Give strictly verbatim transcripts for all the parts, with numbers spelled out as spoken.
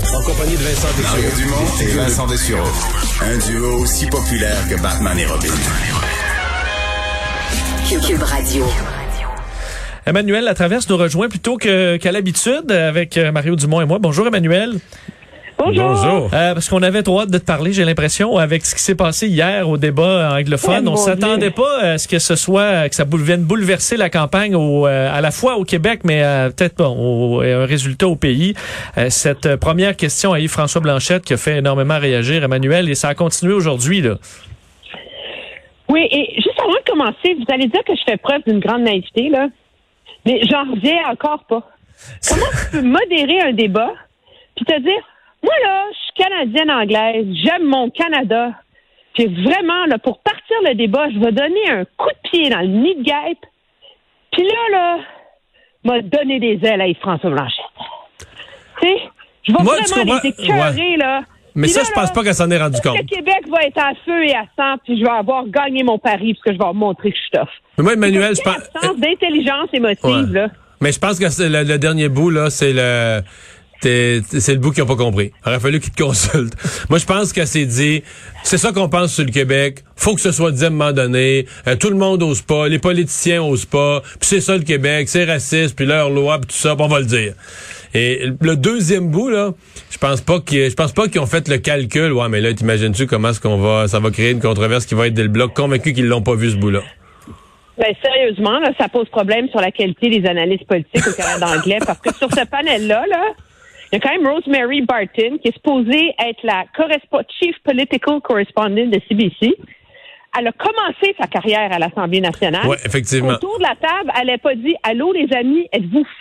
En compagnie de Vincent Dessureau. Mario Dumont et Vincent Dessureau. Un duo aussi populaire que Batman et Robin. Cube Radio. Emmanuel Latraverse nous rejoint plus tôt que, qu'à l'habitude avec Mario Dumont et moi. Bonjour Emmanuel. Bonjour. Bonjour. Euh, parce qu'on avait trop hâte de te parler, j'ai l'impression, avec ce qui s'est passé hier au débat anglophone. Oh, on s'attendait Dieu. pas à ce que ce soit, que ça vienne bouleverser la campagne au, euh, à la fois au Québec, mais euh, peut-être pas au, un résultat au pays. Euh, cette première question à Yves-François Blanchette qui a fait énormément réagir, Emmanuel, et ça a continué aujourd'hui, là. Oui, et juste avant de commencer, vous allez dire que je fais preuve d'une grande naïveté, là. Mais j'en reviens encore pas. Comment tu peux modérer un débat puis te dire, moi, là, je suis canadienne-anglaise, j'aime mon Canada. Puis vraiment, là, pour partir le débat, je vais donner un coup de pied dans le nid de guêpe. Puis là, là, m'a donné des ailes à Yves-François Blanchette. Tu sais, je vais Moi, vraiment les écœurer, ouais. là. Mais Puis ça, là, je pense là, pas qu'elle s'en est rendu compte. Le Québec va être à feu et à sang, puis je vais avoir gagné mon pari, parce que je vais montrer que je suis tough. Mais moi, Emmanuel, je pense... Sens d'intelligence émotive, Ouais. là. Mais je pense que c'est le, le dernier bout, là, c'est le... T'es, c'est le bout qu'ils n'ont pas compris. Il aurait fallu qu'ils te consultent. Moi, je pense qu'elle s'est dit, c'est ça qu'on pense sur le Québec. Faut que ce soit dit à un moment donné. Euh, tout le monde ose pas. Les politiciens osent pas. Puis c'est ça le Québec. C'est raciste. Puis leur loi. Puis tout ça. Puis on va le dire. Et le deuxième bout, là, je pense pas qu'ils, je pense pas qu'ils ont fait le calcul. Ouais, mais là, t'imagines-tu comment est-ce qu'on va, ça va créer une controverse qui va être dès le bloc, convaincus qu'ils l'ont pas vu, ce bout-là. Ben, sérieusement, là, ça pose problème sur la qualité des analystes politiques au Canada anglais, parce que sur ce panel-là, là, il y a quand même Rosemary Barton, qui est supposée être la correspo- Chief Political Correspondent de C B C. Elle a commencé sa carrière à l'Assemblée nationale. Ouais, effectivement. Autour de la table, elle n'a pas dit « Allô, les amis, êtes-vous fous? »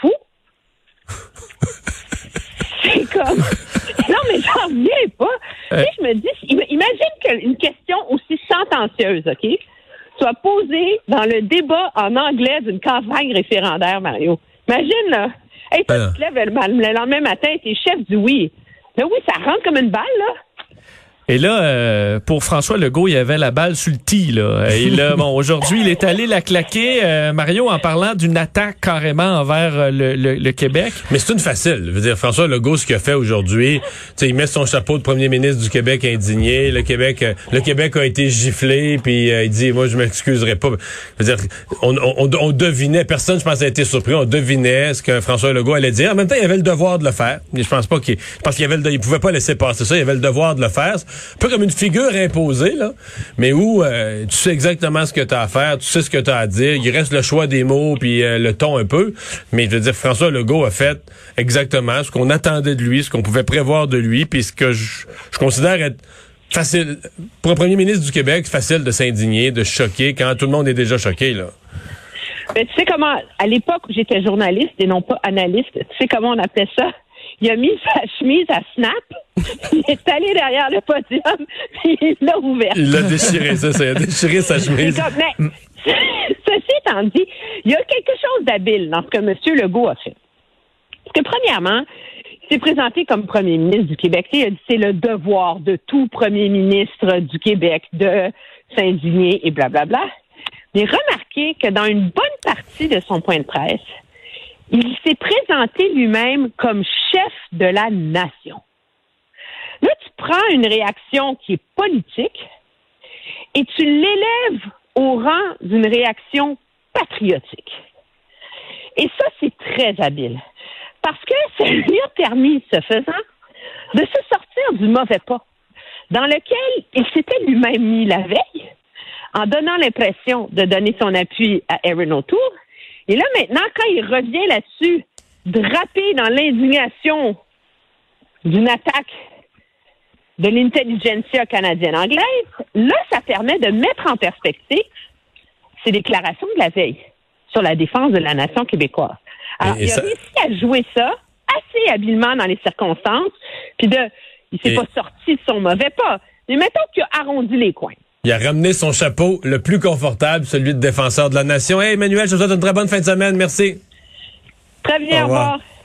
C'est comme... Non, mais j'en reviens pas. Euh... Tu sais, je me dis, imagine qu'une question aussi sentencieuse, OK, soit posée dans le débat en anglais d'une campagne référendaire, Mario. Imagine, là. Hey, toi, euh... tu te lèves le, le lendemain matin, t'es chef du oui. Le oui, ça rentre comme une balle, là. Et là, euh, pour François Legault, il y avait la balle sur le tee, là. Et là, bon, aujourd'hui, il est allé la claquer, euh, Mario, en parlant d'une attaque carrément envers euh, le, le, le Québec. Mais c'est une facile. Je veux dire, François Legault, ce qu'il a fait aujourd'hui, tu sais, il met son chapeau de premier ministre du Québec indigné. Le Québec, euh, le Québec a été giflé, puis euh, il dit, moi, je m'excuserai pas. Je veux dire, on, on, on devinait, personne, je pense, a été surpris. On devinait ce que François Legault allait dire. En même temps, il avait le devoir de le faire. Je pense pas qu'il, je pense qu'il avait le, il pouvait pas laisser passer ça. Il avait le devoir de le faire. Un peu comme une figure imposée, là, mais où euh, tu sais exactement ce que tu as à faire, tu sais ce que tu as à dire, il reste le choix des mots puis euh, le ton un peu, mais je veux dire, François Legault a fait exactement ce qu'on attendait de lui, ce qu'on pouvait prévoir de lui, puis ce que je, je considère être facile, pour un premier ministre du Québec, facile de s'indigner, de choquer quand tout le monde est déjà choqué, là. Mais tu sais comment, à l'époque où j'étais journaliste et non pas analyste, tu sais comment on appelait ça? Il a mis sa chemise à snap, il est allé derrière le podium, puis il l'a ouvert. Il l'a déchiré, ça, ça, il a déchiré sa chemise. Comme, mais, ceci étant dit, il y a quelque chose d'habile dans ce que M. Legault a fait. Parce que premièrement, il s'est présenté comme premier ministre du Québec. Il a dit c'est le devoir de tout premier ministre du Québec de s'indigner et blablabla. Mais remarquez que dans une bonne partie de son point de presse, il s'est présenté lui-même comme chef de la nation. Là, tu prends une réaction qui est politique et tu l'élèves au rang d'une réaction patriotique. Et ça, c'est très habile. Parce que ça lui a permis, ce faisant, de se sortir du mauvais pas dans lequel il s'était lui-même mis la veille en donnant l'impression de donner son appui à Erin O'Toole. Et là, maintenant, quand il revient là-dessus, drapé dans l'indignation d'une attaque de l'intelligentsia canadienne-anglaise, là, ça permet de mettre en perspective ses déclarations de la veille sur la défense de la nation québécoise. Alors, et, et il a ça... réussi à jouer ça assez habilement dans les circonstances, puis de, il s'est et... pas sorti de son mauvais pas. Mais mettons qu'il a arrondi les coins. Il a ramené son chapeau le plus confortable, celui de défenseur de la nation. Hey, Emmanuel, je te souhaite une très bonne fin de semaine. Merci. Très bien, au revoir. Au revoir.